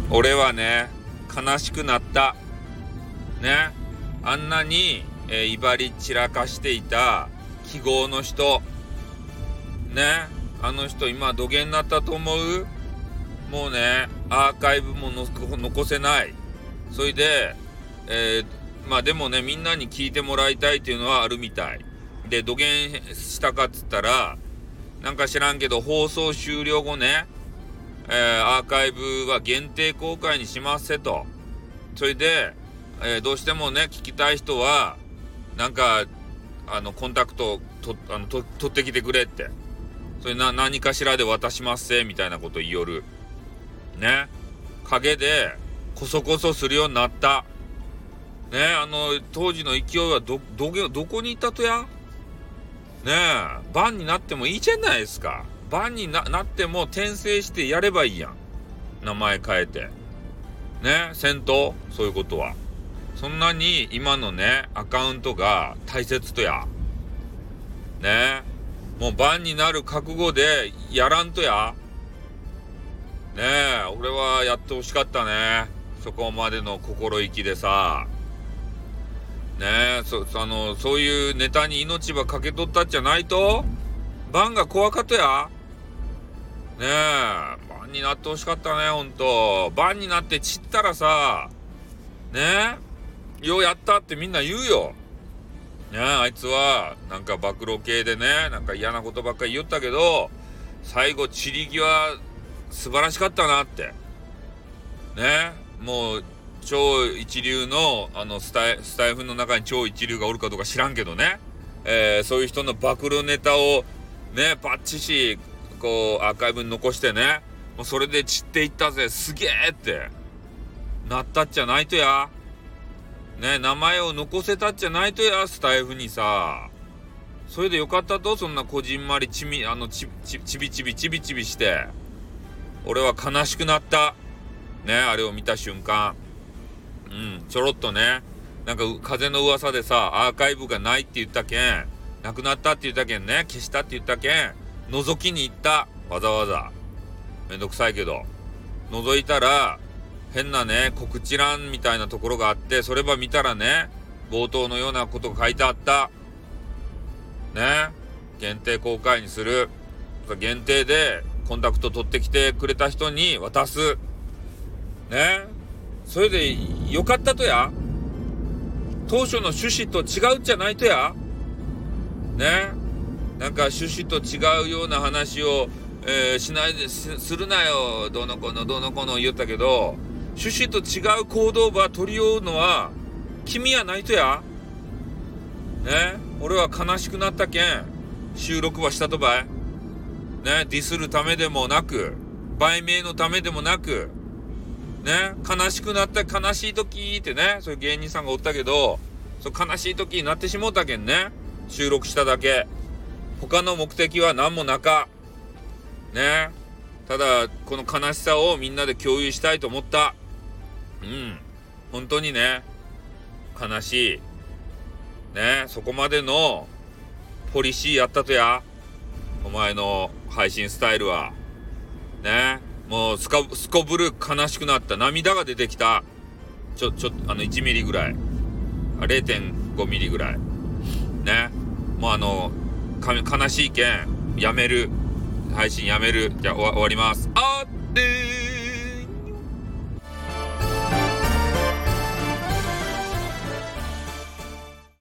俺はね、悲しくなったね。あんなに、威張り散らかしていた記号の人ね、あの人今土下になったと思う？もうね、アーカイブも残せない。それで、まあでもね、みんなに聞いてもらいたいっていうのはあるみたいで、土下したかっつったらなんか知らんけど、放送終了後ね、アーカイブは限定公開にしますせと。それで、どうしてもね聞きたい人はなんかコンタクト取ってきてくれって、それ何かしらで渡しますせみたいなこと言いよるね。陰でコソコソするようになったね。当時の勢いはどこにいたとやね。バンになってもいいじゃないですか。バンに なっても転生してやればいいやん、名前変えてね。戦闘そういうことはそんなに今のねアカウントが大切とやね。もうバンになる覚悟でやらんとやね。俺はやってほしかったね、そこまでの心意気でさね。そういうネタに命ばかけとったんじゃないと。バンが怖かったやね。バンになってほしかったね。ほんとバンになって散ったらさね、ようやったってみんな言うよね。あいつはなんか暴露系でね、なんか嫌なことばっかり言ったけど、最後散り際素晴らしかったなってね。もう超一流のスタイフの中に超一流がおるかどうか知らんけどね、そういう人の暴露ネタをねバッチシこうアーカイブに残してね、もうそれで散っていったぜ、すげえってなったっちゃないとやね。名前を残せたっちゃないとや、スタイフにさ。それでよかったと。そんなこじんまりちびちびして俺は悲しくなったね、あれを見た瞬間。ちょろっとね、なんか風の噂でさ、アーカイブがないって言ったけん、なくなったって言ったけんね、消したって言ったけん覗きに行った。わざわざめんどくさいけど覗いたら変なね告知欄みたいなところがあって、それば見たらね冒頭のようなことが書いてあったね。限定公開にする、限定でコンタクト取ってきてくれた人に渡すね。それでよかったとや。当初の趣旨と違うじゃないとやね。なんか趣旨と違うような話を、しないでするなよ、どうのこの言ったけど、趣旨と違う行動ば取りようのは君やないとやね。俺は悲しくなったけん収録はしたとばいね。ディスるためでもなく売名のためでもなくね、悲しくなった悲しい時ってね、そういう芸人さんがおったけど、そう悲しい時になってしもうたけんね収録しただけ。他の目的は何もなかね。ただこの悲しさをみんなで共有したいと思った。本当にね悲しいね。そこまでのポリシーやったとや、お前の配信スタイルはね。もうすこぶる悲しくなった。涙が出てきた。1ミリぐらい、0.5 ミリぐらいね。もう悲しいけんやめる、配信やめる。じゃあ終わります。あってー